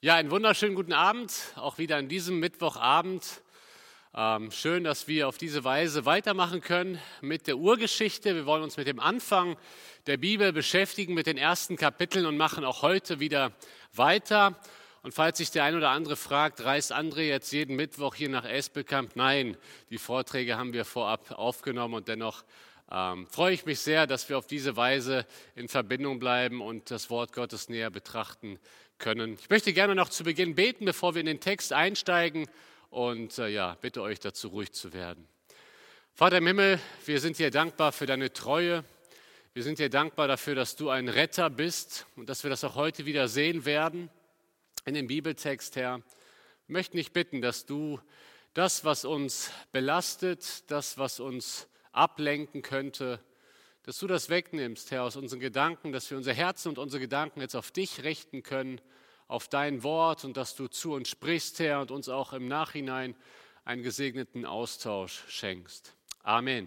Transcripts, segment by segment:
Ja, einen wunderschönen guten Abend, auch wieder an diesem Mittwochabend. Schön, dass wir auf diese Weise weitermachen können mit der Urgeschichte. Wir wollen uns mit dem Anfang der Bibel beschäftigen, mit den ersten Kapiteln und machen auch heute wieder weiter. Und falls sich der ein oder andere fragt, reist André jetzt jeden Mittwoch hier nach Espelkamp? Nein, die Vorträge haben wir vorab aufgenommen und dennoch freue ich mich sehr, dass wir auf diese Weise in Verbindung bleiben und das Wort Gottes näher betrachten können. Ich möchte gerne noch zu Beginn beten, bevor wir in den Text einsteigen und bitte euch dazu, ruhig zu werden. Vater im Himmel, wir sind dir dankbar für deine Treue. Wir sind dir dankbar dafür, dass du ein Retter bist und dass wir das auch heute wieder sehen werden in dem Bibeltext, Herr. Wir möchten dich bitten, dass du das, was uns belastet, das, was uns ablenken könnte, dass du das wegnimmst, Herr, aus unseren Gedanken, dass wir unser Herzen und unsere Gedanken jetzt auf dich richten können, auf dein Wort und dass du zu uns sprichst, Herr, und uns auch im Nachhinein einen gesegneten Austausch schenkst. Amen.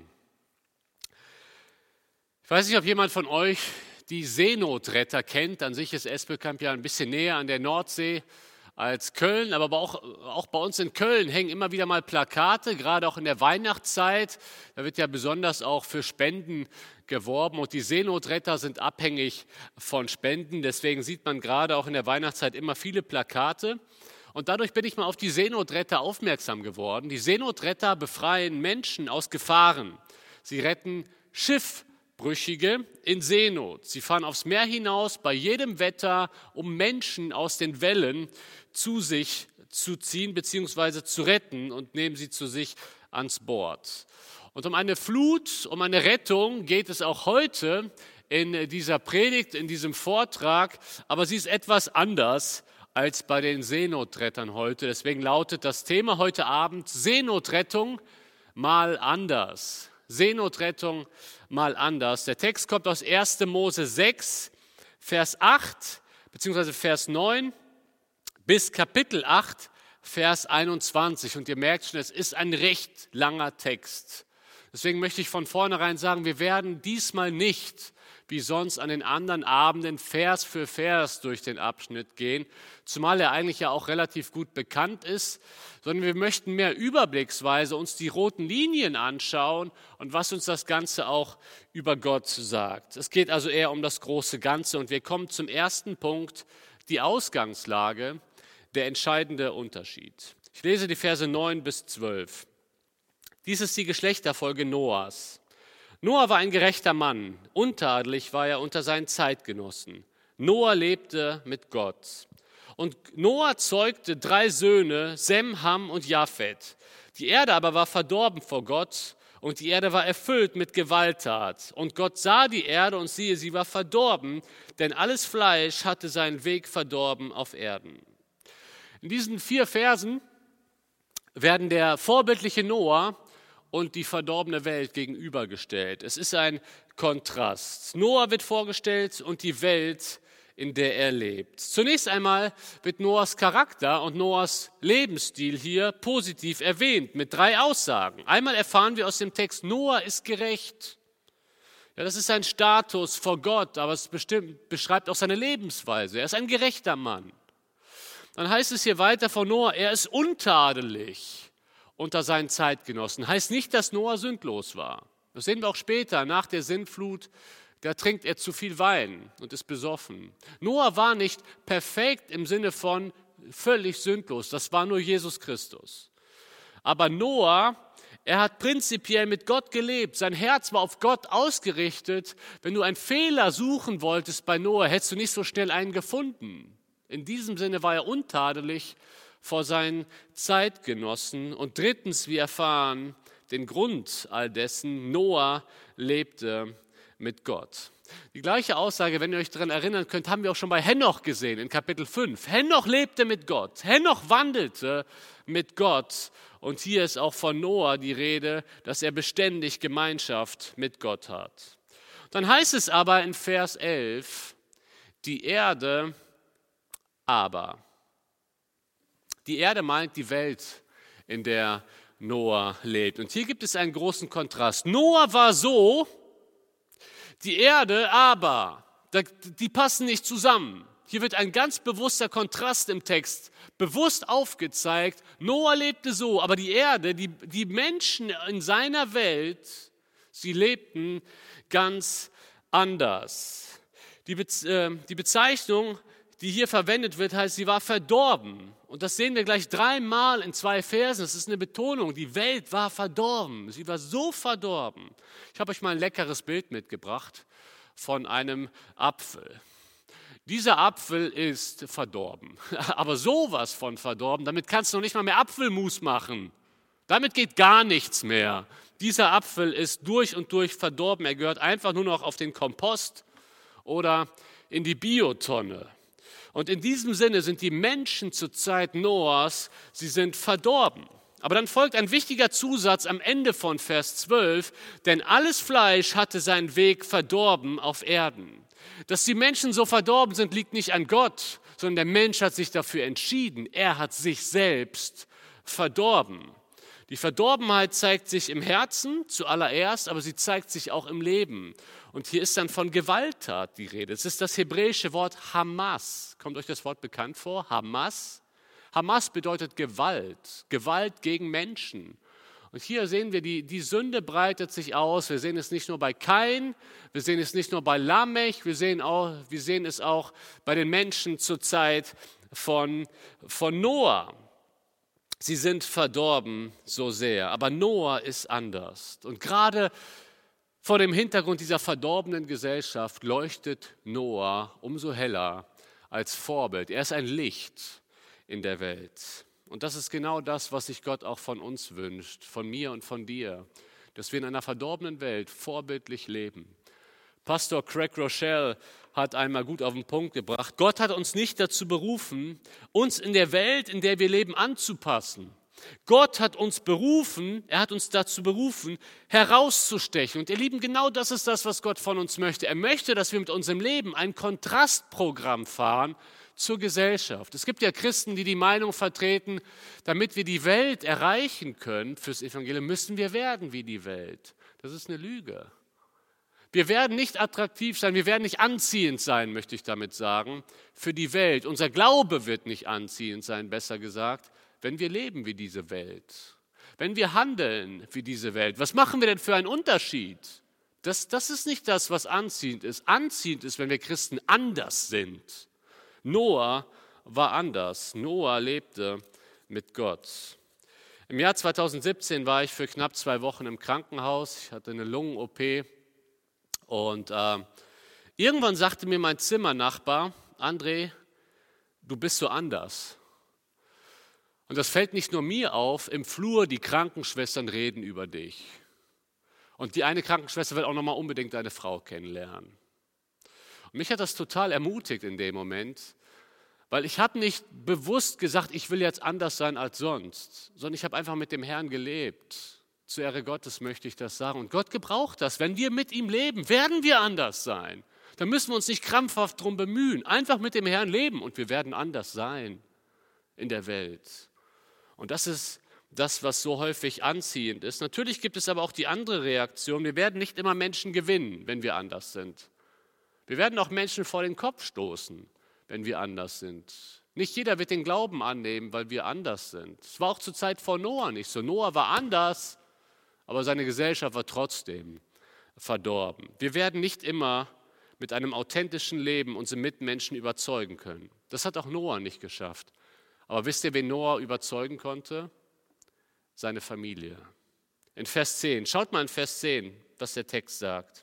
Ich weiß nicht, ob jemand von euch die Seenotretter kennt. An sich ist Espelkamp ja ein bisschen näher an der Nordsee als Köln, aber auch bei uns in Köln hängen immer wieder mal Plakate, gerade auch in der Weihnachtszeit. Da wird ja besonders auch für Spenden geworben und die Seenotretter sind abhängig von Spenden. Deswegen sieht man gerade auch in der Weihnachtszeit immer viele Plakate. Und dadurch bin ich mal auf die Seenotretter aufmerksam geworden. Die Seenotretter befreien Menschen aus Gefahren. Sie retten Schiffbrüchige in Seenot. Sie fahren aufs Meer hinaus bei jedem Wetter, um Menschen aus den Wellen zu sich zu ziehen bzw. zu retten und nehmen sie zu sich ans Bord. Und um eine Flut, um eine Rettung geht es auch heute in dieser Predigt, in diesem Vortrag, aber sie ist etwas anders als bei den Seenotrettern heute. Deswegen lautet das Thema heute Abend Seenotrettung mal anders. Seenotrettung mal anders. Der Text kommt aus 1. Mose 6, Vers 8 bzw. Vers 9 bis Kapitel 8, Vers 21. Und ihr merkt schon, es ist ein recht langer Text. Deswegen möchte ich von vornherein sagen, wir werden diesmal nicht wie sonst an den anderen Abenden Vers für Vers durch den Abschnitt gehen, zumal er eigentlich ja auch relativ gut bekannt ist, sondern wir möchten mehr überblicksweise uns die roten Linien anschauen und was uns das Ganze auch über Gott sagt. Es geht also eher um das große Ganze und wir kommen zum ersten Punkt, die Ausgangslage, der entscheidende Unterschied. Ich lese die Verse 9 bis 12. Dies ist die Geschlechterfolge Noahs. Noah war ein gerechter Mann, untadelig war er unter seinen Zeitgenossen. Noah lebte mit Gott. Und Noah zeugte 3 Söhne, Sem, Ham und Japhet. Die Erde aber war verdorben vor Gott und die Erde war erfüllt mit Gewalttat. Und Gott sah die Erde und siehe, sie war verdorben, denn alles Fleisch hatte seinen Weg verdorben auf Erden. In diesen 4 Versen werden der vorbildliche Noah und die verdorbene Welt gegenübergestellt. Es ist ein Kontrast. Noah wird vorgestellt und die Welt, in der er lebt. Zunächst einmal wird Noahs Charakter und Noahs Lebensstil hier positiv erwähnt mit 3 Aussagen. Einmal erfahren wir aus dem Text, Noah ist gerecht. Ja, das ist sein Status vor Gott, aber es beschreibt auch seine Lebensweise. Er ist ein gerechter Mann. Dann heißt es hier weiter von Noah, er ist untadelig unter seinen Zeitgenossen. Heißt nicht, dass Noah sündlos war. Das sehen wir auch später, nach der Sintflut, da trinkt er zu viel Wein und ist besoffen. Noah war nicht perfekt im Sinne von völlig sündlos, das war nur Jesus Christus. Aber Noah, er hat prinzipiell mit Gott gelebt, sein Herz war auf Gott ausgerichtet. Wenn du einen Fehler suchen wolltest bei Noah, hättest du nicht so schnell einen gefunden. In diesem Sinne war er untadelig vor seinen Zeitgenossen. Und drittens, wir erfahren den Grund all dessen, Noah lebte mit Gott. Die gleiche Aussage, wenn ihr euch daran erinnern könnt, haben wir auch schon bei Henoch gesehen, in Kapitel 5. Henoch lebte mit Gott, Henoch wandelte mit Gott. Und hier ist auch von Noah die Rede, dass er beständig Gemeinschaft mit Gott hat. Dann heißt es aber in Vers 11, die Erde aber. Die Erde meint die Welt, in der Noah lebt. Und hier gibt es einen großen Kontrast. Noah war so, die Erde aber. Die passen nicht zusammen. Hier wird ein ganz bewusster Kontrast im Text bewusst aufgezeigt. Noah lebte so, aber die Erde, die Menschen in seiner Welt, sie lebten ganz anders. Die Bezeichnung, die hier verwendet wird, heißt, sie war verdorben. Und das sehen wir gleich 3-mal in 2 Versen. Das ist eine Betonung. Die Welt war verdorben. Sie war so verdorben. Ich habe euch mal ein leckeres Bild mitgebracht von einem Apfel. Dieser Apfel ist verdorben, aber sowas von verdorben, damit kannst du noch nicht mal mehr Apfelmus machen. Damit geht gar nichts mehr. Dieser Apfel ist durch und durch verdorben. Er gehört einfach nur noch auf den Kompost oder in die Biotonne. Und in diesem Sinne sind die Menschen zur Zeit Noahs, sie sind verdorben. Aber dann folgt ein wichtiger Zusatz am Ende von Vers 12, denn alles Fleisch hatte seinen Weg verdorben auf Erden. Dass die Menschen so verdorben sind, liegt nicht an Gott, sondern der Mensch hat sich dafür entschieden. Er hat sich selbst verdorben. Die Verdorbenheit zeigt sich im Herzen zuallererst, aber sie zeigt sich auch im Leben. Und hier ist dann von Gewalttat die Rede. Es ist das hebräische Wort Hamas. Kommt euch das Wort bekannt vor? Hamas? Hamas bedeutet Gewalt, Gewalt gegen Menschen. Und hier sehen wir, die Sünde breitet sich aus. Wir sehen es nicht nur bei Kain, wir sehen es nicht nur bei Lamech, wir sehen es auch bei den Menschen zur Zeit von Noah. Sie sind verdorben so sehr, aber Noah ist anders. Und gerade vor dem Hintergrund dieser verdorbenen Gesellschaft leuchtet Noah umso heller als Vorbild. Er ist ein Licht in der Welt. Und das ist genau das, was sich Gott auch von uns wünscht, von mir und von dir, dass wir in einer verdorbenen Welt vorbildlich leben. Pastor Craig Rochelle hat einmal gut auf den Punkt gebracht, Gott hat uns nicht dazu berufen, uns in der Welt, in der wir leben, anzupassen. Gott hat uns berufen, er hat uns dazu berufen, herauszustechen. Und ihr Lieben, genau das ist das, was Gott von uns möchte. Er möchte, dass wir mit unserem Leben ein Kontrastprogramm fahren zur Gesellschaft. Es gibt ja Christen, die die Meinung vertreten, damit wir die Welt erreichen können fürs Evangelium, müssen wir werden wie die Welt. Das ist eine Lüge. Wir werden nicht attraktiv sein, wir werden nicht anziehend sein, möchte ich damit sagen, für die Welt. Unser Glaube wird nicht anziehend sein, besser gesagt, wenn wir leben wie diese Welt, wenn wir handeln wie diese Welt. Was machen wir denn für einen Unterschied? Das ist nicht das, was anziehend ist. Anziehend ist, wenn wir Christen anders sind. Noah war anders. Noah lebte mit Gott. Im Jahr 2017 war ich für knapp 2 Wochen im Krankenhaus. Ich hatte eine Lungen-OP und irgendwann sagte mir mein Zimmernachbar, André, du bist so anders. Und das fällt nicht nur mir auf, im Flur, die Krankenschwestern reden über dich. Und die eine Krankenschwester will auch nochmal unbedingt deine Frau kennenlernen. Und mich hat das total ermutigt in dem Moment, weil ich habe nicht bewusst gesagt, ich will jetzt anders sein als sonst, sondern ich habe einfach mit dem Herrn gelebt. Zur Ehre Gottes möchte ich das sagen. Und Gott gebraucht das. Wenn wir mit ihm leben, werden wir anders sein. Dann müssen wir uns nicht krampfhaft darum bemühen. Einfach mit dem Herrn leben und wir werden anders sein in der Welt. Und das ist das, was so häufig anziehend ist. Natürlich gibt es aber auch die andere Reaktion. Wir werden nicht immer Menschen gewinnen, wenn wir anders sind. Wir werden auch Menschen vor den Kopf stoßen, wenn wir anders sind. Nicht jeder wird den Glauben annehmen, weil wir anders sind. Es war auch zur Zeit von Noah nicht so. Noah war anders, aber seine Gesellschaft war trotzdem verdorben. Wir werden nicht immer mit einem authentischen Leben unsere Mitmenschen überzeugen können. Das hat auch Noah nicht geschafft. Aber wisst ihr, wen Noah überzeugen konnte? Seine Familie. In Vers 10, schaut mal in Vers 10, was der Text sagt.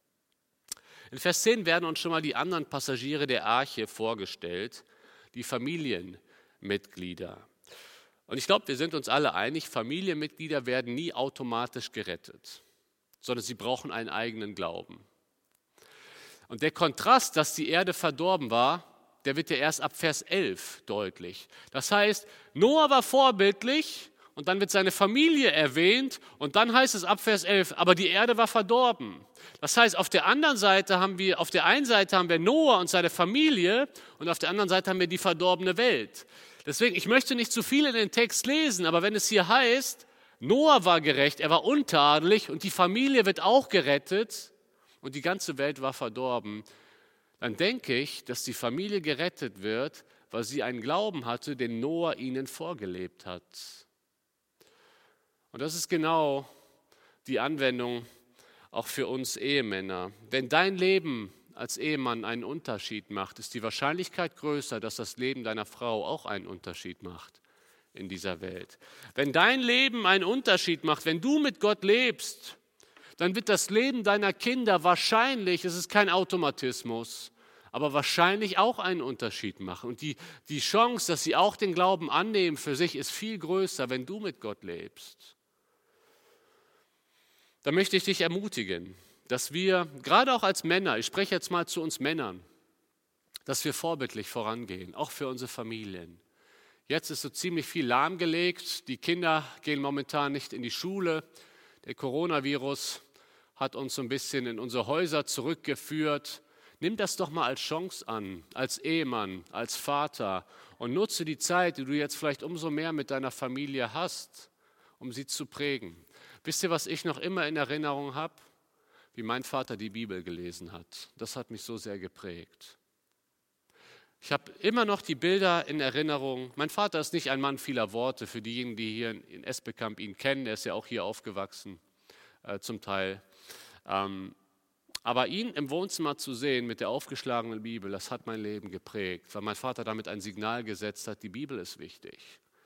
In Vers 10 werden uns schon mal die anderen Passagiere der Arche vorgestellt, die Familienmitglieder. Und ich glaube, wir sind uns alle einig, Familienmitglieder werden nie automatisch gerettet, sondern sie brauchen einen eigenen Glauben. Und der Kontrast, dass die Erde verdorben war, der wird ja erst ab Vers 11 deutlich. Das heißt, Noah war vorbildlich und dann wird seine Familie erwähnt und dann heißt es ab Vers 11, aber die Erde war verdorben. Das heißt, auf der einen Seite haben wir Noah und seine Familie und auf der anderen Seite haben wir die verdorbene Welt. Deswegen, ich möchte nicht zu viel in den Text lesen, aber wenn es hier heißt, Noah war gerecht, er war untadelig und die Familie wird auch gerettet und die ganze Welt war verdorben, dann denke ich, dass die Familie gerettet wird, weil sie einen Glauben hatte, den Noah ihnen vorgelebt hat. Und das ist genau die Anwendung auch für uns Ehemänner. Wenn dein Leben als Ehemann einen Unterschied macht, ist die Wahrscheinlichkeit größer, dass das Leben deiner Frau auch einen Unterschied macht in dieser Welt. Wenn dein Leben einen Unterschied macht, wenn du mit Gott lebst, dann wird das Leben deiner Kinder wahrscheinlich, es ist kein Automatismus, aber wahrscheinlich auch einen Unterschied machen. Und die Chance, dass sie auch den Glauben annehmen für sich, ist viel größer, wenn du mit Gott lebst. Da möchte ich dich ermutigen, dass wir, gerade auch als Männer, ich spreche jetzt mal zu uns Männern, dass wir vorbildlich vorangehen, auch für unsere Familien. Jetzt ist so ziemlich viel lahmgelegt, die Kinder gehen momentan nicht in die Schule, der Coronavirus hat uns so ein bisschen in unsere Häuser zurückgeführt. Nimm das doch mal als Chance an, als Ehemann, als Vater und nutze die Zeit, die du jetzt vielleicht umso mehr mit deiner Familie hast, um sie zu prägen. Wisst ihr, was ich noch immer in Erinnerung habe? Wie mein Vater die Bibel gelesen hat. Das hat mich so sehr geprägt. Ich habe immer noch die Bilder in Erinnerung. Mein Vater ist nicht ein Mann vieler Worte, für diejenigen, die hier in Esbekamp ihn kennen. Er ist ja auch hier aufgewachsen, zum Teil. Aber ihn im Wohnzimmer zu sehen mit der aufgeschlagenen Bibel, das hat mein Leben geprägt, weil mein Vater damit ein Signal gesetzt hat, die Bibel ist wichtig.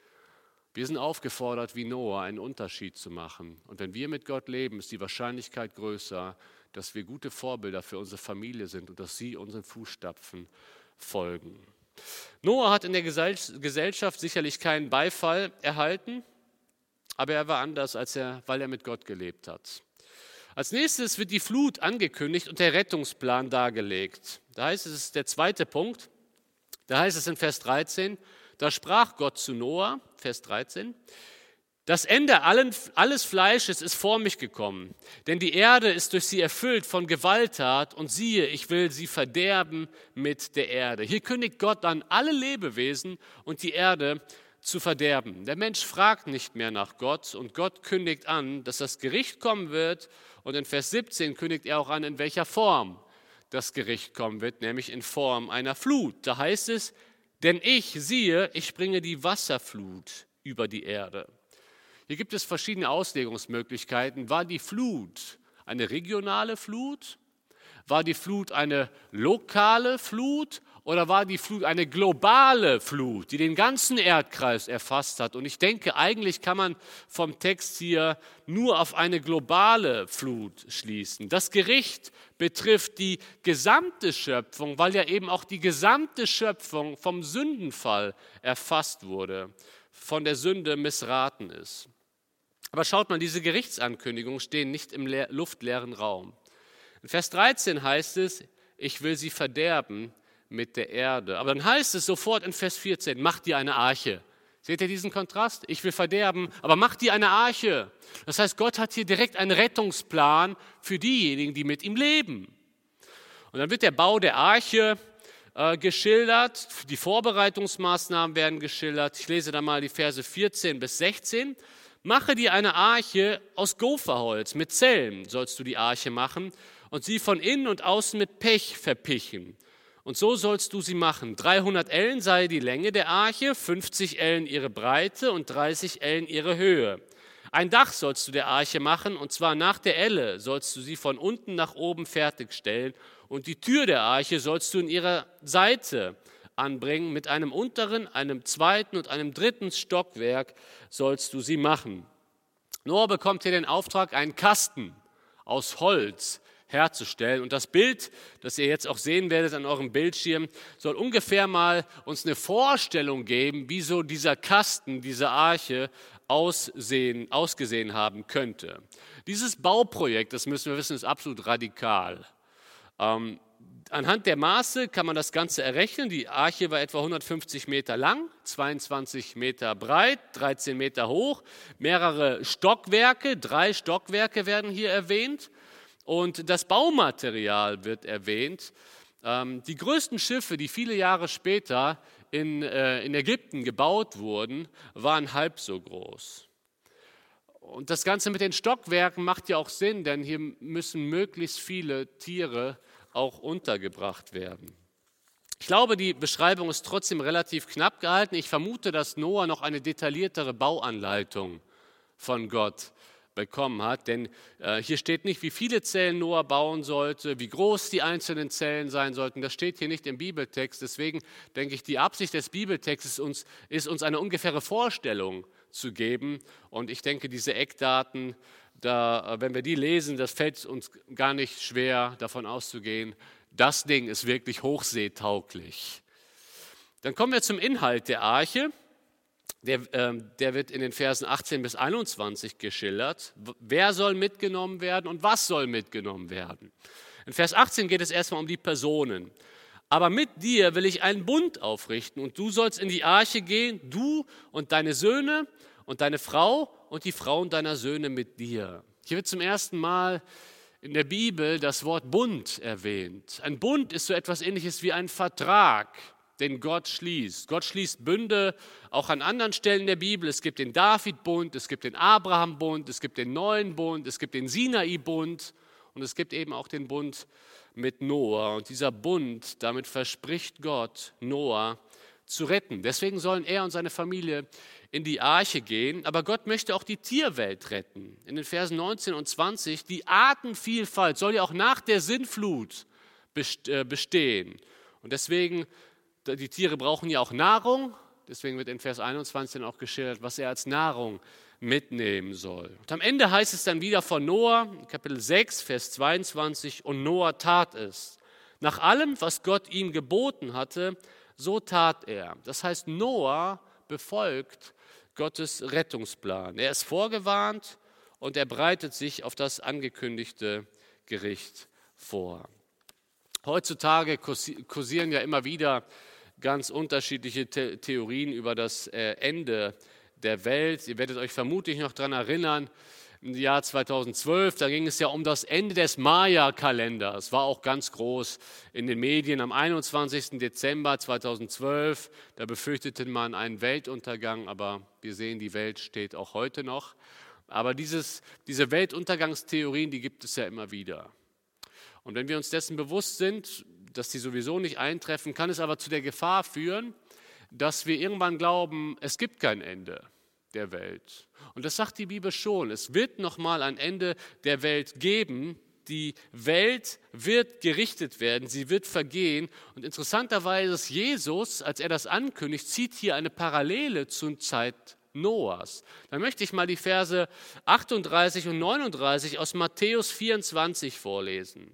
Wir sind aufgefordert, wie Noah, einen Unterschied zu machen. Und wenn wir mit Gott leben, ist die Wahrscheinlichkeit größer, dass wir gute Vorbilder für unsere Familie sind und dass sie unseren Fußstapfen folgen. Noah hat in der Gesellschaft sicherlich keinen Beifall erhalten, aber er war anders, weil er mit Gott gelebt hat. Als nächstes wird die Flut angekündigt und der Rettungsplan dargelegt. Da heißt es, der zweite Punkt, da heißt es in Vers 13, da sprach Gott zu Noah, Vers 13, das Ende alles Fleisches ist vor mich gekommen, denn die Erde ist durch sie erfüllt von Gewalttat und siehe, ich will sie verderben mit der Erde. Hier kündigt Gott an, alle Lebewesen und die Erde zu verderben. Der Mensch fragt nicht mehr nach Gott und Gott kündigt an, dass das Gericht kommen wird und in Vers 17 kündigt er auch an, in welcher Form das Gericht kommen wird, nämlich in Form einer Flut. Da heißt es, denn ich bringe die Wasserflut über die Erde. Hier gibt es verschiedene Auslegungsmöglichkeiten. War die Flut eine regionale Flut? War die Flut eine lokale Flut? Oder war die Flut eine globale Flut, die den ganzen Erdkreis erfasst hat? Und ich denke, eigentlich kann man vom Text hier nur auf eine globale Flut schließen. Das Gericht betrifft die gesamte Schöpfung, weil ja eben auch die gesamte Schöpfung vom Sündenfall erfasst wurde, von der Sünde missraten ist. Aber schaut mal, diese Gerichtsankündigungen stehen nicht im luftleeren Raum. In Vers 13 heißt es, ich will sie verderben mit der Erde. Aber dann heißt es sofort in Vers 14, mach dir eine Arche. Seht ihr diesen Kontrast? Ich will verderben, aber mach dir eine Arche. Das heißt, Gott hat hier direkt einen Rettungsplan für diejenigen, die mit ihm leben. Und dann wird der Bau der Arche geschildert, die Vorbereitungsmaßnahmen werden geschildert. Ich lese da mal die Verse 14 bis 16. Mache dir eine Arche aus Gopherholz, mit Zellen sollst du die Arche machen und sie von innen und außen mit Pech verpichen. Und so sollst du sie machen. 300 Ellen sei die Länge der Arche, 50 Ellen ihre Breite und 30 Ellen ihre Höhe. Ein Dach sollst du der Arche machen, und zwar nach der Elle sollst du sie von unten nach oben fertigstellen. Und die Tür der Arche sollst du in ihrer Seite anbringen. Mit einem unteren, einem zweiten und einem dritten Stockwerk sollst du sie machen. Noah bekommt hier den Auftrag, einen Kasten aus Holz herzustellen. Und das Bild, das ihr jetzt auch sehen werdet an eurem Bildschirm, soll ungefähr mal uns eine Vorstellung geben, wie so dieser Kasten, diese Arche ausgesehen haben könnte. Dieses Bauprojekt, das müssen wir wissen, ist absolut radikal. Anhand der Maße kann man das Ganze errechnen. Die Arche war etwa 150 Meter lang, 22 Meter breit, 13 Meter hoch, mehrere Stockwerke, 3 Stockwerke werden hier erwähnt. Und das Baumaterial wird erwähnt. Die größten Schiffe, die viele Jahre später in Ägypten gebaut wurden, waren halb so groß. Und das Ganze mit den Stockwerken macht ja auch Sinn, denn hier müssen möglichst viele Tiere auch untergebracht werden. Ich glaube, die Beschreibung ist trotzdem relativ knapp gehalten. Ich vermute, dass Noah noch eine detailliertere Bauanleitung von Gott bekommen hat, denn hier steht nicht, wie viele Zellen Noah bauen sollte, wie groß die einzelnen Zellen sein sollten. Das steht hier nicht im Bibeltext. Deswegen denke ich, die Absicht des Bibeltextes ist uns eine ungefähre Vorstellung zu geben. Und ich denke, diese Eckdaten, wenn wir die lesen, das fällt uns gar nicht schwer, davon auszugehen, das Ding ist wirklich hochseetauglich. Dann kommen wir zum Inhalt der Arche. Der wird in den Versen 18 bis 21 geschildert. Wer soll mitgenommen werden und was soll mitgenommen werden? In Vers 18 geht es erstmal um die Personen. Aber mit dir will ich einen Bund aufrichten und du sollst in die Arche gehen, du und deine Söhne und deine Frau und die Frauen deiner Söhne mit dir. Hier wird zum ersten Mal in der Bibel das Wort Bund erwähnt. Ein Bund ist so etwas Ähnliches wie ein Vertrag, den Gott schließt. Gott schließt Bünde auch an anderen Stellen der Bibel. Es gibt den David-Bund, es gibt den Abraham-Bund, es gibt den neuen Bund, es gibt den Sinai-Bund und es gibt eben auch den Bund mit Noah. Und dieser Bund, damit verspricht Gott, Noah zu retten. Deswegen sollen er und seine Familie in die Arche gehen, aber Gott möchte auch die Tierwelt retten. In den Versen 19 und 20, die Artenvielfalt soll ja auch nach der Sintflut bestehen. Und deswegen, die Tiere brauchen ja auch Nahrung, deswegen wird in Vers 21 auch geschildert, was er als Nahrung mitnehmen soll. Und am Ende heißt es dann wieder von Noah, Kapitel 6, Vers 22, und Noah tat es. Nach allem, was Gott ihm geboten hatte, so tat er. Das heißt, Noah befolgt Gottes Rettungsplan. Er ist vorgewarnt und er bereitet sich auf das angekündigte Gericht vor. Heutzutage kursieren ja immer wieder ganz unterschiedliche Theorien über das Ende der Welt. Ihr werdet euch vermutlich noch daran erinnern, im Jahr 2012, da ging es ja um das Ende des Maya-Kalenders. War auch ganz groß in den Medien am 21. Dezember 2012. Da befürchtete man einen Weltuntergang, aber wir sehen, die Welt steht auch heute noch. Aber diese Weltuntergangstheorien, die gibt es ja immer wieder. Und wenn wir uns dessen bewusst sind, dass die sowieso nicht eintreffen, kann es aber zu der Gefahr führen, dass wir irgendwann glauben, es gibt kein Ende der Welt. Und das sagt die Bibel schon. Es wird nochmal ein Ende der Welt geben. Die Welt wird gerichtet werden, sie wird vergehen. Und interessanterweise ist Jesus, als er das ankündigt, zieht hier eine Parallele zur Zeit Noahs. Da möchte ich mal die Verse 38 und 39 aus Matthäus 24 vorlesen.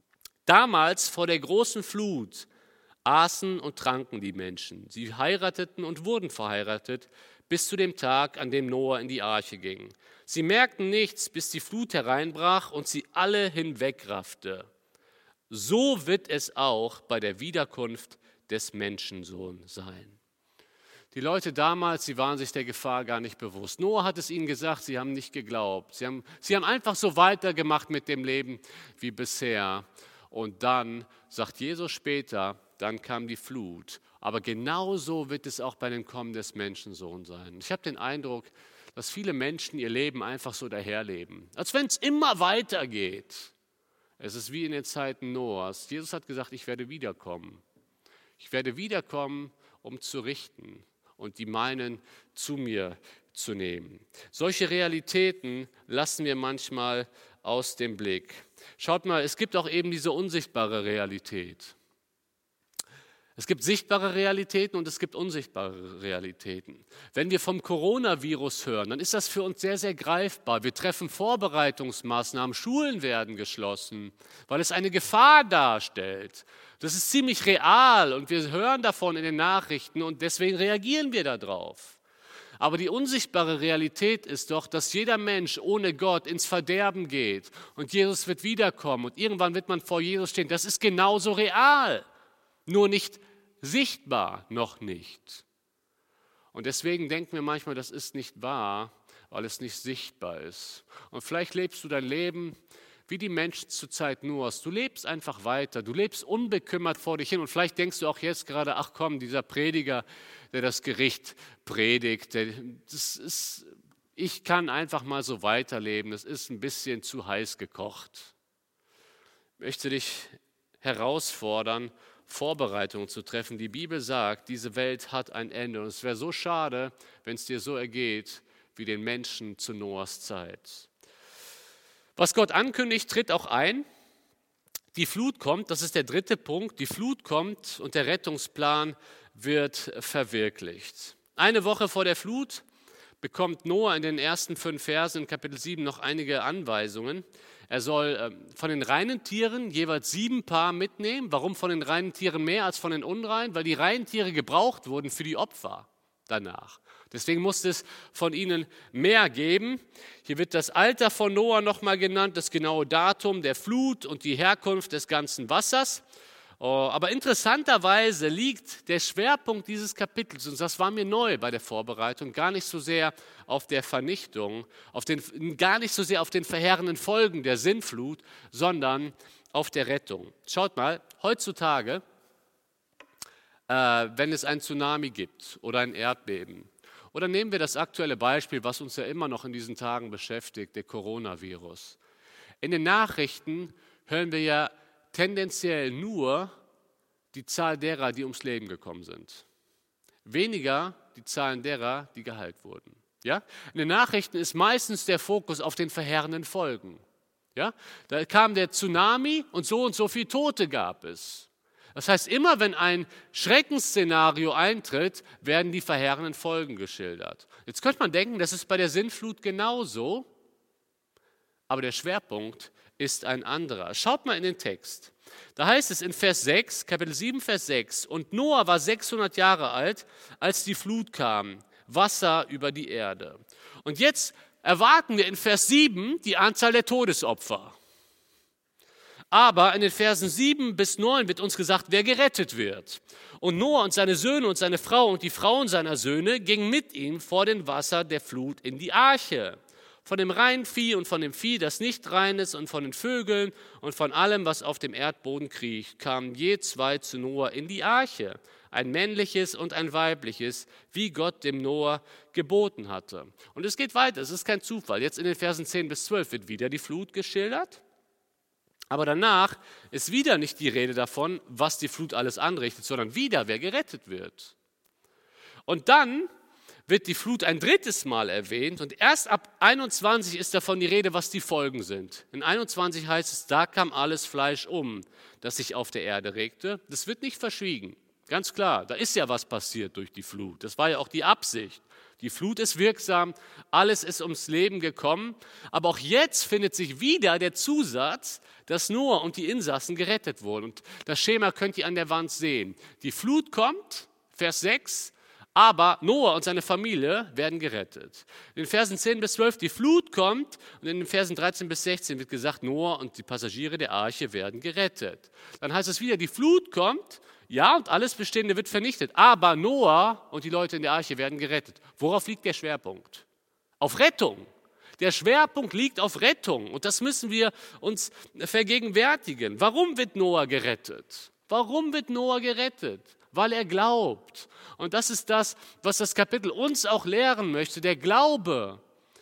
Damals vor der großen Flut aßen und tranken die Menschen. Sie heirateten und wurden verheiratet, bis zu dem Tag, an dem Noah in die Arche ging. Sie merkten nichts, bis die Flut hereinbrach und sie alle hinwegraffte. So wird es auch bei der Wiederkunft des Menschensohns sein. Die Leute damals, sie waren sich der Gefahr gar nicht bewusst. Noah hat es ihnen gesagt, sie haben nicht geglaubt. Sie haben einfach so weitergemacht mit dem Leben wie bisher. Und dann, sagt Jesus später, dann kam die Flut. Aber genauso wird es auch bei dem Kommen des Menschensohns sein. Ich habe den Eindruck, dass viele Menschen ihr Leben einfach so daherleben, als wenn es immer weitergeht. Es ist wie in den Zeiten Noahs. Jesus hat gesagt, ich werde wiederkommen. Ich werde wiederkommen, um zu richten und die meinen zu mir zu nehmen. Solche Realitäten lassen wir manchmal aus dem Blick. Schaut mal, es gibt auch eben diese unsichtbare Realität. Es gibt sichtbare Realitäten und es gibt unsichtbare Realitäten. Wenn wir vom Coronavirus hören, dann ist das für uns sehr, sehr greifbar. Wir treffen Vorbereitungsmaßnahmen, Schulen werden geschlossen, weil es eine Gefahr darstellt. Das ist ziemlich real und wir hören davon in den Nachrichten und deswegen reagieren wir darauf. Aber die unsichtbare Realität ist doch, dass jeder Mensch ohne Gott ins Verderben geht und Jesus wird wiederkommen und irgendwann wird man vor Jesus stehen. Das ist genauso real, nur nicht sichtbar, noch nicht. Und deswegen denken wir manchmal, das ist nicht wahr, weil es nicht sichtbar ist. Und vielleicht lebst du dein Leben wie die Menschen zur Zeit Noahs. Du lebst einfach weiter, du lebst unbekümmert vor dich hin. Und vielleicht denkst du auch jetzt gerade, ach komm, dieser Prediger, der das Gericht predigt, ich kann einfach mal so weiterleben, das ist ein bisschen zu heiß gekocht. Ich möchte dich herausfordern, Vorbereitungen zu treffen. Die Bibel sagt, diese Welt hat ein Ende. Und es wäre so schade, wenn es dir so ergeht wie den Menschen zu Noahs Zeit. Was Gott ankündigt, tritt auch ein. Die Flut kommt, das ist der dritte Punkt. Die Flut kommt und der Rettungsplan wird verwirklicht. Eine Woche vor der Flut bekommt Noah in den ersten 5 Versen in Kapitel 7 noch einige Anweisungen. Er soll von den reinen Tieren jeweils 7 Paar mitnehmen. Warum von den reinen Tieren mehr als von den unreinen? Weil die reinen Tiere gebraucht wurden für die Opfer danach. Deswegen musste es von ihnen mehr geben. Hier wird das Alter von Noah nochmal genannt, das genaue Datum der Flut und die Herkunft des ganzen Wassers. Aber interessanterweise liegt der Schwerpunkt dieses Kapitels, und das war mir neu bei der Vorbereitung, gar nicht so sehr auf der Vernichtung, gar nicht so sehr auf den verheerenden Folgen der Sintflut, sondern auf der Rettung. Schaut mal, heutzutage, wenn es ein Tsunami gibt oder ein Erdbeben, oder nehmen wir das aktuelle Beispiel, was uns ja immer noch in diesen Tagen beschäftigt, der Coronavirus. In den Nachrichten hören wir ja tendenziell nur die Zahl derer, die ums Leben gekommen sind. Weniger die Zahlen derer, die geheilt wurden. Ja? In den Nachrichten ist meistens der Fokus auf den verheerenden Folgen. Ja? Da kam der Tsunami und so viel Tote gab es. Das heißt, immer wenn ein Schreckensszenario eintritt, werden die verheerenden Folgen geschildert. Jetzt könnte man denken, das ist bei der Sintflut genauso, aber der Schwerpunkt ist ein anderer. Schaut mal in den Text. Da heißt es in Vers 6, Kapitel 7, Vers 6, und Noah war 600 Jahre alt, als die Flut kam, Wasser über die Erde. Und jetzt erwarten wir in Vers 7 die Anzahl der Todesopfer. Aber in den Versen 7 bis 9 wird uns gesagt, wer gerettet wird. Und Noah und seine Söhne und seine Frau und die Frauen seiner Söhne gingen mit ihm vor den Wasser der Flut in die Arche. Von dem reinen Vieh und von dem Vieh, das nicht rein ist, und von den Vögeln und von allem, was auf dem Erdboden kriecht, kamen je 2 zu Noah in die Arche, ein männliches und ein weibliches, wie Gott dem Noah geboten hatte. Und es geht weiter, es ist kein Zufall. Jetzt in den Versen 10 bis 12 wird wieder die Flut geschildert. Aber danach ist wieder nicht die Rede davon, was die Flut alles anrichtet, sondern wieder, wer gerettet wird. Und dann wird die Flut ein drittes Mal erwähnt und erst ab 21 ist davon die Rede, was die Folgen sind. In 21 heißt es, da kam alles Fleisch das sich auf der Erde regte. Das wird nicht verschwiegen, ganz klar, da ist ja was passiert durch die Flut. Das war ja auch die Absicht. Die Flut ist wirksam, alles ist ums Leben gekommen, aber auch jetzt findet sich wieder der Zusatz, dass Noah und die Insassen gerettet wurden. Und das Schema könnt ihr an der Wand sehen. Die Flut kommt, Vers 6, aber Noah und seine Familie werden gerettet. In den Versen 10 bis 12 die Flut kommt und in den Versen 13 bis 16 wird gesagt, Noah und die Passagiere der Arche werden gerettet. Dann heißt es wieder, die Flut kommt, ja, und alles Bestehende wird vernichtet, aber Noah und die Leute in der Arche werden gerettet. Worauf liegt der Schwerpunkt? Auf Rettung. Der Schwerpunkt liegt auf Rettung und das müssen wir uns vergegenwärtigen. Warum wird Noah gerettet? Warum wird Noah gerettet? Weil er glaubt. Und das ist das, was das Kapitel uns auch lehren möchte. Der Glaube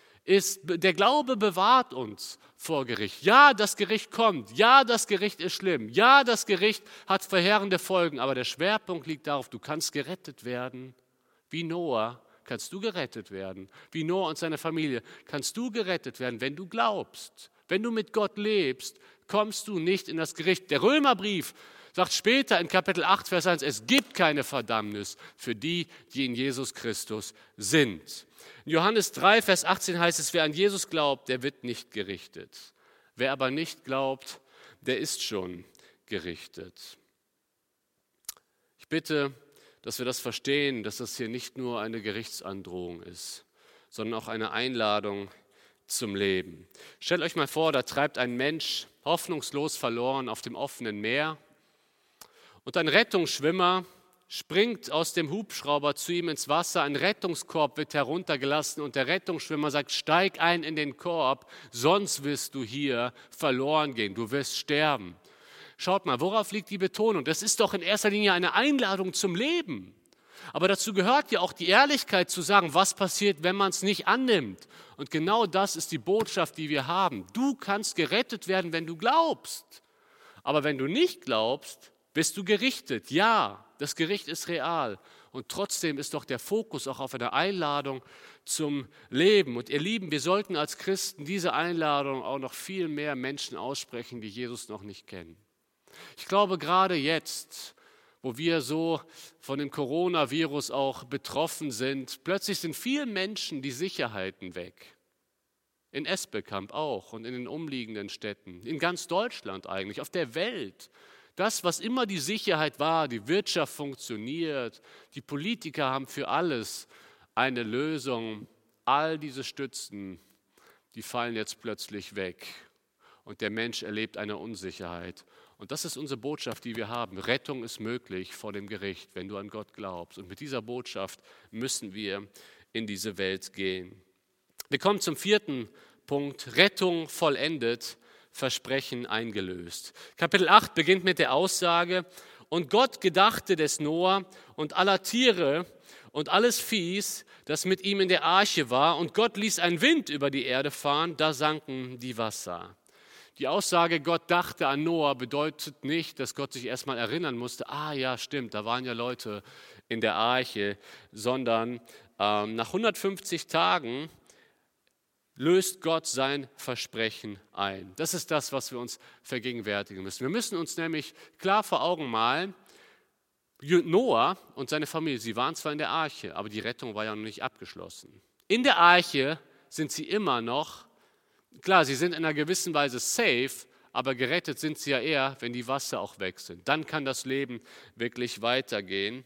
bewahrt uns vor Gericht. Ja, das Gericht kommt. Ja, das Gericht ist schlimm. Ja, das Gericht hat verheerende Folgen. Aber der Schwerpunkt liegt darauf, du kannst gerettet werden. Wie Noah kannst du gerettet werden. Wie Noah und seine Familie kannst du gerettet werden, wenn du glaubst. Wenn du mit Gott lebst, kommst du nicht in das Gericht. Der Römerbrief sagt später in Kapitel 8, Vers 1, es gibt keine Verdammnis für die, die in Jesus Christus sind. In Johannes 3, Vers 18 heißt es, wer an Jesus glaubt, der wird nicht gerichtet. Wer aber nicht glaubt, der ist schon gerichtet. Ich bitte, dass wir das verstehen, dass das hier nicht nur eine Gerichtsandrohung ist, sondern auch eine Einladung zum Leben. Stellt euch mal vor, da treibt ein Mensch hoffnungslos verloren auf dem offenen Meer und ein Rettungsschwimmer springt aus dem Hubschrauber zu ihm ins Wasser, ein Rettungskorb wird heruntergelassen und der Rettungsschwimmer sagt, steig ein in den Korb, sonst wirst du hier verloren gehen, du wirst sterben. Schaut mal, worauf liegt die Betonung? Das ist doch in erster Linie eine Einladung zum Leben. Aber dazu gehört ja auch die Ehrlichkeit zu sagen, was passiert, wenn man es nicht annimmt. Und genau das ist die Botschaft, die wir haben. Du kannst gerettet werden, wenn du glaubst. Aber wenn du nicht glaubst, bist du gerichtet. Ja, das Gericht ist real. Und trotzdem ist doch der Fokus auch auf eine Einladung zum Leben. Und ihr Lieben, wir sollten als Christen diese Einladung auch noch viel mehr Menschen aussprechen, die Jesus noch nicht kennen. Ich glaube, gerade jetzt, wo wir so von dem Coronavirus auch betroffen sind, plötzlich sind vielen Menschen die Sicherheiten weg. In Esbekamp auch und in den umliegenden Städten, in ganz Deutschland eigentlich, auf der Welt. Das, was immer die Sicherheit war, die Wirtschaft funktioniert, die Politiker haben für alles eine Lösung. All diese Stützen, die fallen jetzt plötzlich weg und der Mensch erlebt eine Unsicherheit. Und das ist unsere Botschaft, die wir haben. Rettung ist möglich vor dem Gericht, wenn du an Gott glaubst. Und mit dieser Botschaft müssen wir in diese Welt gehen. Wir kommen zum 4. Punkt, Rettung vollendet, Versprechen eingelöst. Kapitel 8 beginnt mit der Aussage, und Gott gedachte des Noah und aller Tiere und alles Viehs, das mit ihm in der Arche war, und Gott ließ einen Wind über die Erde fahren, da sanken die Wasser. Die Aussage, Gott dachte an Noah, bedeutet nicht, dass Gott sich erstmal erinnern musste, ja stimmt, da waren ja Leute in der Arche, sondern nach 150 Tagen löst Gott sein Versprechen ein. Das ist das, was wir uns vergegenwärtigen müssen. Wir müssen uns nämlich klar vor Augen malen, Noah und seine Familie, sie waren zwar in der Arche, aber die Rettung war ja noch nicht abgeschlossen. In der Arche sind sie immer noch, klar, sie sind in einer gewissen Weise safe, aber gerettet sind sie ja eher, wenn die Wasser auch weg sind. Dann kann das Leben wirklich weitergehen.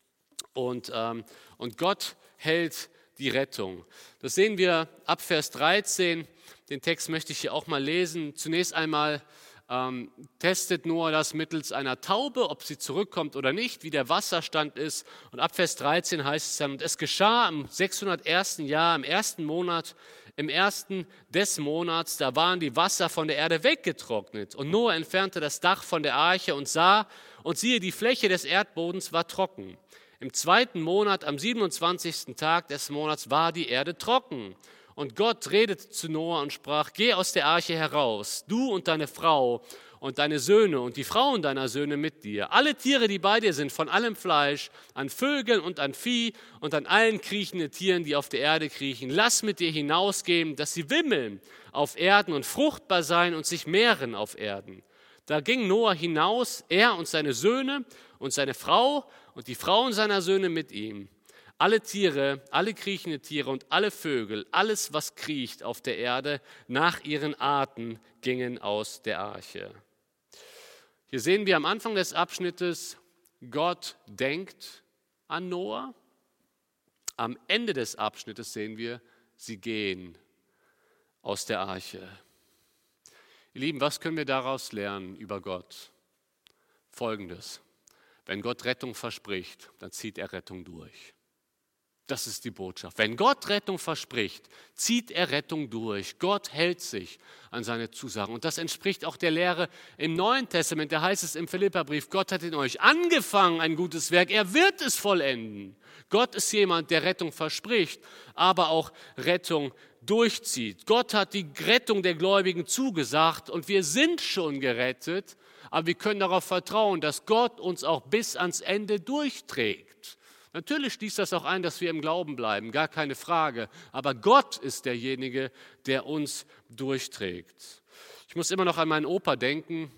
Und Gott hält die Rettung. Das sehen wir ab Vers 13. Den Text möchte ich hier auch mal lesen. Zunächst einmal testet Noah das mittels einer Taube, ob sie zurückkommt oder nicht, wie der Wasserstand ist. Und ab Vers 13 heißt es dann, und es geschah im 601. Jahr, im 1. Monat, im 1. des Monats, da waren die Wasser von der Erde weggetrocknet. Und Noah entfernte das Dach von der Arche und sah, und siehe, die Fläche des Erdbodens war trocken. Im 2. Monat, am 27. Tag des Monats, war die Erde trocken. Und Gott redete zu Noah und sprach, geh aus der Arche heraus, du und deine Frau und deine Söhne und die Frauen deiner Söhne mit dir. Alle Tiere, die bei dir sind, von allem Fleisch, an Vögeln und an Vieh und an allen kriechenden Tieren, die auf der Erde kriechen. Lass mit dir hinausgehen, dass sie wimmeln auf Erden und fruchtbar sein und sich mehren auf Erden. Da ging Noah hinaus, er und seine Söhne und seine Frau und die Frauen seiner Söhne mit ihm. Alle Tiere, alle kriechende Tiere und alle Vögel, alles, was kriecht auf der Erde, nach ihren Arten gingen aus der Arche. Hier sehen wir am Anfang des Abschnittes, Gott denkt an Noah. Am Ende des Abschnittes sehen wir, sie gehen aus der Arche. Ihr Lieben, was können wir daraus lernen über Gott? Folgendes: Wenn Gott Rettung verspricht, dann zieht er Rettung durch. Das ist die Botschaft. Wenn Gott Rettung verspricht, zieht er Rettung durch. Gott hält sich an seine Zusagen. Und das entspricht auch der Lehre im Neuen Testament. Da heißt es im Philipperbrief, Gott hat in euch angefangen, ein gutes Werk. Er wird es vollenden. Gott ist jemand, der Rettung verspricht, aber auch Rettung durchzieht. Gott hat die Rettung der Gläubigen zugesagt und wir sind schon gerettet, aber wir können darauf vertrauen, dass Gott uns auch bis ans Ende durchträgt. Natürlich schließt das auch ein, dass wir im Glauben bleiben, gar keine Frage. Aber Gott ist derjenige, der uns durchträgt. Ich muss immer noch an meinen Opa denken.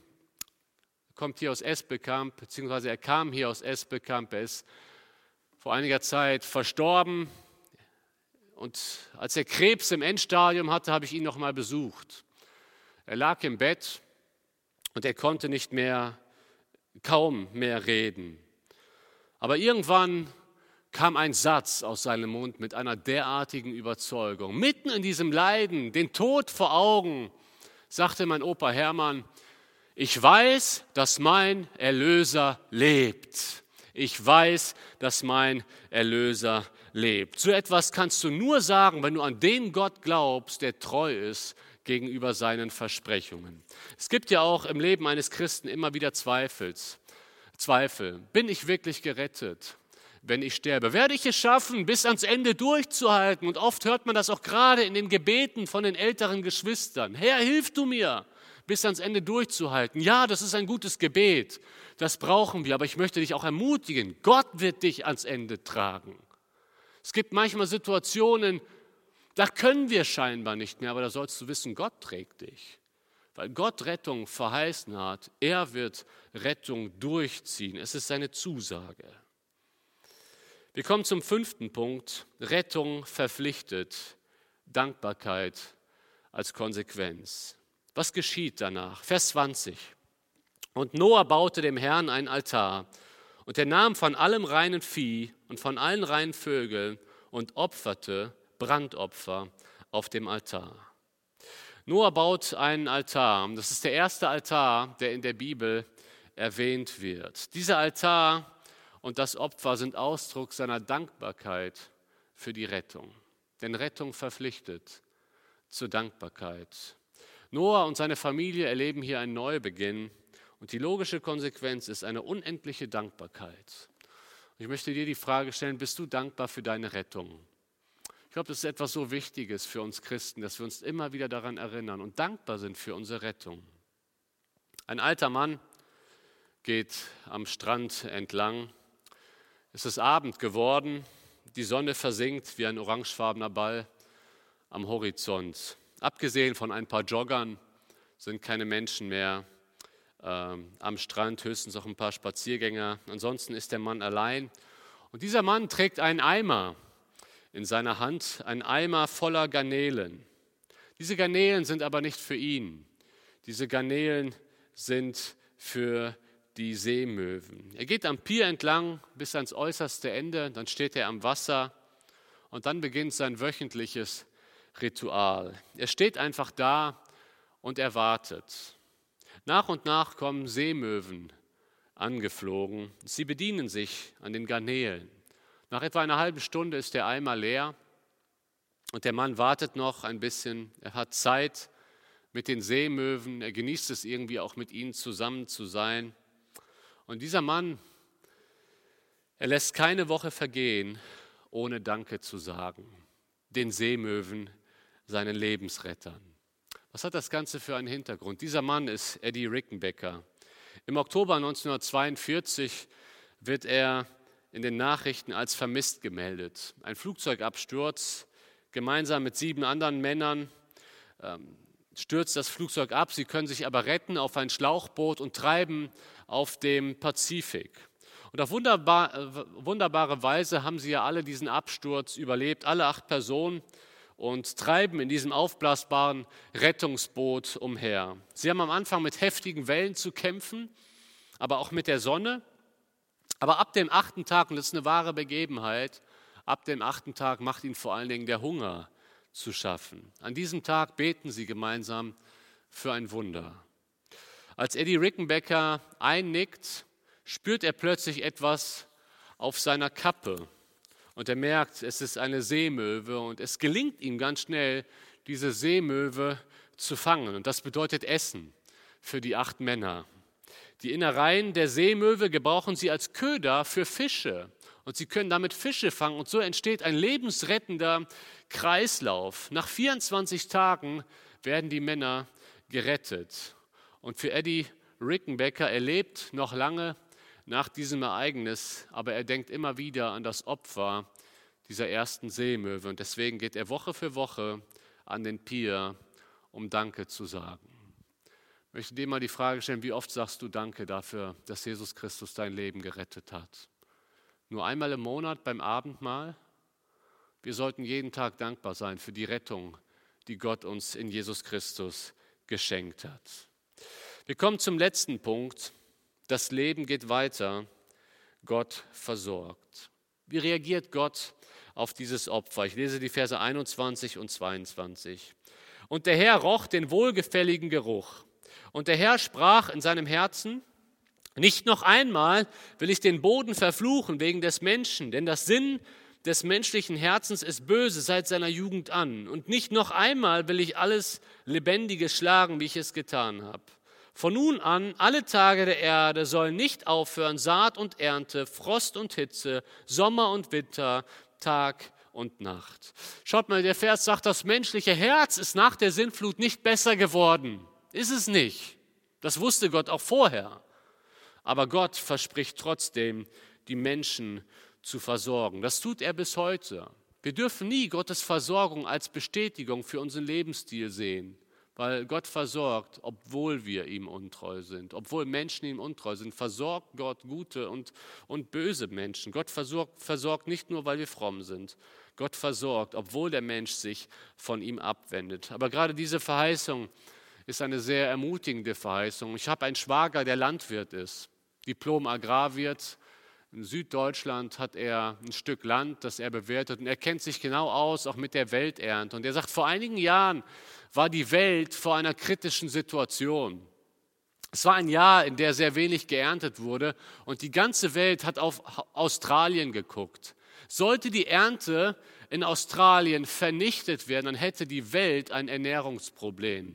Er kommt hier aus Esbekamp, beziehungsweise er kam hier aus Esbekamp. Er ist vor einiger Zeit verstorben. Und als er Krebs im Endstadium hatte, habe ich ihn noch mal besucht. Er lag im Bett und er konnte kaum mehr reden. Aber irgendwann kam ein Satz aus seinem Mund mit einer derartigen Überzeugung. Mitten in diesem Leiden, den Tod vor Augen, sagte mein Opa Hermann, ich weiß, dass mein Erlöser lebt. Ich weiß, dass mein Erlöser lebt. So etwas kannst du nur sagen, wenn du an den Gott glaubst, der treu ist gegenüber seinen Versprechungen. Es gibt ja auch im Leben eines Christen immer wieder Zweifel. Bin ich wirklich gerettet, wenn ich sterbe? Werde ich es schaffen, bis ans Ende durchzuhalten? Und oft hört man das auch gerade in den Gebeten von den älteren Geschwistern. Herr, hilf du mir, bis ans Ende durchzuhalten. Ja, das ist ein gutes Gebet, das brauchen wir, aber ich möchte dich auch ermutigen, Gott wird dich ans Ende tragen. Es gibt manchmal Situationen, da können wir scheinbar nicht mehr, aber da sollst du wissen, Gott trägt dich. Weil Gott Rettung verheißen hat, er wird Rettung durchziehen. Es ist seine Zusage. Wir kommen zum 5. Punkt. Rettung verpflichtet, Dankbarkeit als Konsequenz. Was geschieht danach? Vers 20. Und Noah baute dem Herrn einen Altar und er nahm von allem reinen Vieh und von allen reinen Vögeln und opferte Brandopfer auf dem Altar. Noah baut einen Altar. Das ist der erste Altar, der in der Bibel erwähnt wird. Dieser Altar und das Opfer sind Ausdruck seiner Dankbarkeit für die Rettung. Denn Rettung verpflichtet zur Dankbarkeit. Noah und seine Familie erleben hier einen Neubeginn und die logische Konsequenz ist eine unendliche Dankbarkeit. Ich möchte dir die Frage stellen, bist du dankbar für deine Rettung? Ich glaube, das ist etwas so Wichtiges für uns Christen, dass wir uns immer wieder daran erinnern und dankbar sind für unsere Rettung. Ein alter Mann geht am Strand entlang. Es ist Abend geworden, die Sonne versinkt wie ein orangefarbener Ball am Horizont. Abgesehen von ein paar Joggern sind keine Menschen mehr am Strand, höchstens auch ein paar Spaziergänger. Ansonsten ist der Mann allein. Und dieser Mann trägt einen Eimer in seiner Hand, ein Eimer voller Garnelen. Diese Garnelen sind aber nicht für ihn. Diese Garnelen sind für die Seemöwen. Er geht am Pier entlang bis ans äußerste Ende, dann steht er am Wasser und dann beginnt sein wöchentliches Ritual. Er steht einfach da und er wartet. Nach und nach kommen Seemöwen angeflogen. Sie bedienen sich an den Garnelen. Nach etwa einer halben Stunde ist der Eimer leer und der Mann wartet noch ein bisschen. Er hat Zeit mit den Seemöwen, er genießt es irgendwie auch mit ihnen zusammen zu sein. Und dieser Mann, er lässt keine Woche vergehen, ohne Danke zu sagen, den Seemöwen, seinen Lebensrettern. Was hat das Ganze für einen Hintergrund? Dieser Mann ist Eddie Rickenbacker. Im Oktober 1942 wird er in den Nachrichten als vermisst gemeldet. Ein Flugzeugabsturz, gemeinsam mit 7 anderen Männern stürzt das Flugzeug ab. Sie können sich aber retten auf ein Schlauchboot und treiben auf dem Pazifik. Und auf wunderbare Weise haben sie ja alle diesen Absturz überlebt, alle 8 Personen, und treiben in diesem aufblasbaren Rettungsboot umher. Sie haben am Anfang mit heftigen Wellen zu kämpfen, aber auch mit der Sonne. Aber ab dem 8. Tag, und das ist eine wahre Begebenheit, ab dem 8. Tag macht ihnen vor allen Dingen der Hunger zu schaffen. An diesem Tag beten sie gemeinsam für ein Wunder. Als Eddie Rickenbacker einnickt, spürt er plötzlich etwas auf seiner Kappe. Und er merkt, es ist eine Seemöwe und es gelingt ihm ganz schnell, diese Seemöwe zu fangen. Und das bedeutet Essen für die 8 Männer. Die Innereien der Seemöwe gebrauchen sie als Köder für Fische. Und sie können damit Fische fangen. Und so entsteht ein lebensrettender Kreislauf. Nach 24 Tagen werden die Männer gerettet. Und für Eddie Rickenbacker, er lebt noch lange nach diesem Ereignis, aber er denkt immer wieder an das Opfer dieser ersten Seemöwe. Und deswegen geht er Woche für Woche an den Pier, um Danke zu sagen. Ich möchte dir mal die Frage stellen, wie oft sagst du Danke dafür, dass Jesus Christus dein Leben gerettet hat? Nur einmal im Monat beim Abendmahl? Wir sollten jeden Tag dankbar sein für die Rettung, die Gott uns in Jesus Christus geschenkt hat. Wir kommen zum letzten Punkt. Das Leben geht weiter. Gott versorgt. Wie reagiert Gott auf dieses Opfer? Ich lese die Verse 21 und 22. Und der Herr roch den wohlgefälligen Geruch. Und der Herr sprach in seinem Herzen: Nicht noch einmal will ich den Boden verfluchen wegen des Menschen, denn das Sinn des menschlichen Herzens ist böse seit seiner Jugend an. Und nicht noch einmal will ich alles Lebendige schlagen, wie ich es getan habe. Von nun an, alle Tage der Erde sollen nicht aufhören, Saat und Ernte, Frost und Hitze, Sommer und Winter, Tag und Nacht. Schaut mal, der Vers sagt, das menschliche Herz ist nach der Sintflut nicht besser geworden. Ist es nicht. Das wusste Gott auch vorher. Aber Gott verspricht trotzdem, die Menschen zu versorgen. Das tut er bis heute. Wir dürfen nie Gottes Versorgung als Bestätigung für unseren Lebensstil sehen, weil Gott versorgt, obwohl wir ihm untreu sind. Obwohl Menschen ihm untreu sind, versorgt Gott gute und böse Menschen. Gott versorgt nicht nur, weil wir fromm sind. Gott versorgt, obwohl der Mensch sich von ihm abwendet. Aber gerade diese Verheißung ist eine sehr ermutigende Verheißung. Ich habe einen Schwager, der Landwirt ist, Diplom-Agrarwirt. In Süddeutschland hat er ein Stück Land, das er bewertet, und er kennt sich genau aus, auch mit der Welternte. Und er sagt, vor einigen Jahren war die Welt vor einer kritischen Situation. Es war ein Jahr, in der sehr wenig geerntet wurde, und die ganze Welt hat auf Australien geguckt. Sollte die Ernte in Australien vernichtet werden, dann hätte die Welt ein Ernährungsproblem.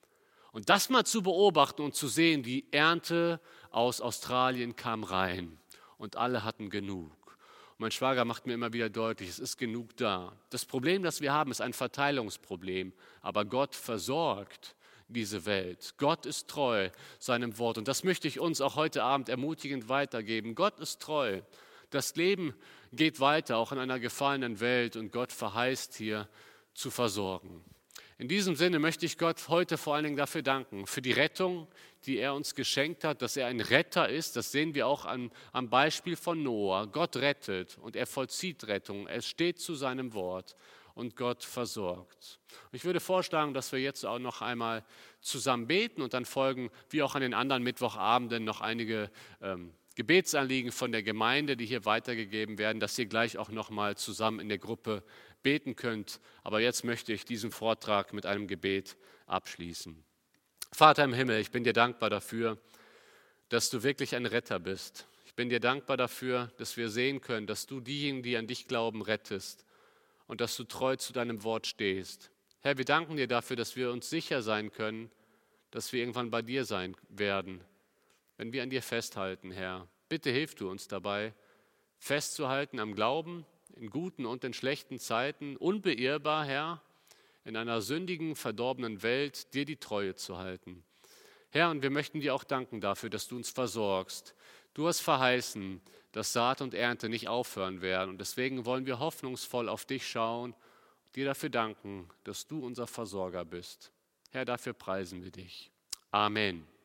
Und das mal zu beobachten und zu sehen, die Ernte aus Australien kam rein und alle hatten genug. Und mein Schwager macht mir immer wieder deutlich, es ist genug da. Das Problem, das wir haben, ist ein Verteilungsproblem, aber Gott versorgt diese Welt. Gott ist treu seinem Wort, und das möchte ich uns auch heute Abend ermutigend weitergeben. Gott ist treu. Das Leben geht weiter, auch in einer gefallenen Welt, und Gott verheißt hier zu versorgen. In diesem Sinne möchte ich Gott heute vor allen Dingen dafür danken, für die Rettung, die er uns geschenkt hat, dass er ein Retter ist. Das sehen wir auch am Beispiel von Noah. Gott rettet und er vollzieht Rettung. Er steht zu seinem Wort und Gott versorgt. Ich würde vorschlagen, dass wir jetzt auch noch einmal zusammen beten, und dann folgen, wie auch an den anderen Mittwochabenden, noch einige Gebetsanliegen von der Gemeinde, die hier weitergegeben werden, dass ihr gleich auch noch mal zusammen in der Gruppe beten könnt. Aber jetzt möchte ich diesen Vortrag mit einem Gebet abschließen. Vater im Himmel, ich bin dir dankbar dafür, dass du wirklich ein Retter bist. Ich bin dir dankbar dafür, dass wir sehen können, dass du diejenigen, die an dich glauben, rettest und dass du treu zu deinem Wort stehst. Herr, wir danken dir dafür, dass wir uns sicher sein können, dass wir irgendwann bei dir sein werden, wenn wir an dir festhalten, Herr. Bitte hilf du uns dabei, festzuhalten am Glauben, in guten und in schlechten Zeiten, unbeirrbar, Herr, in einer sündigen, verdorbenen Welt, dir die Treue zu halten. Herr, und wir möchten dir auch danken dafür, dass du uns versorgst. Du hast verheißen, dass Saat und Ernte nicht aufhören werden. Und deswegen wollen wir hoffnungsvoll auf dich schauen und dir dafür danken, dass du unser Versorger bist. Herr, dafür preisen wir dich. Amen.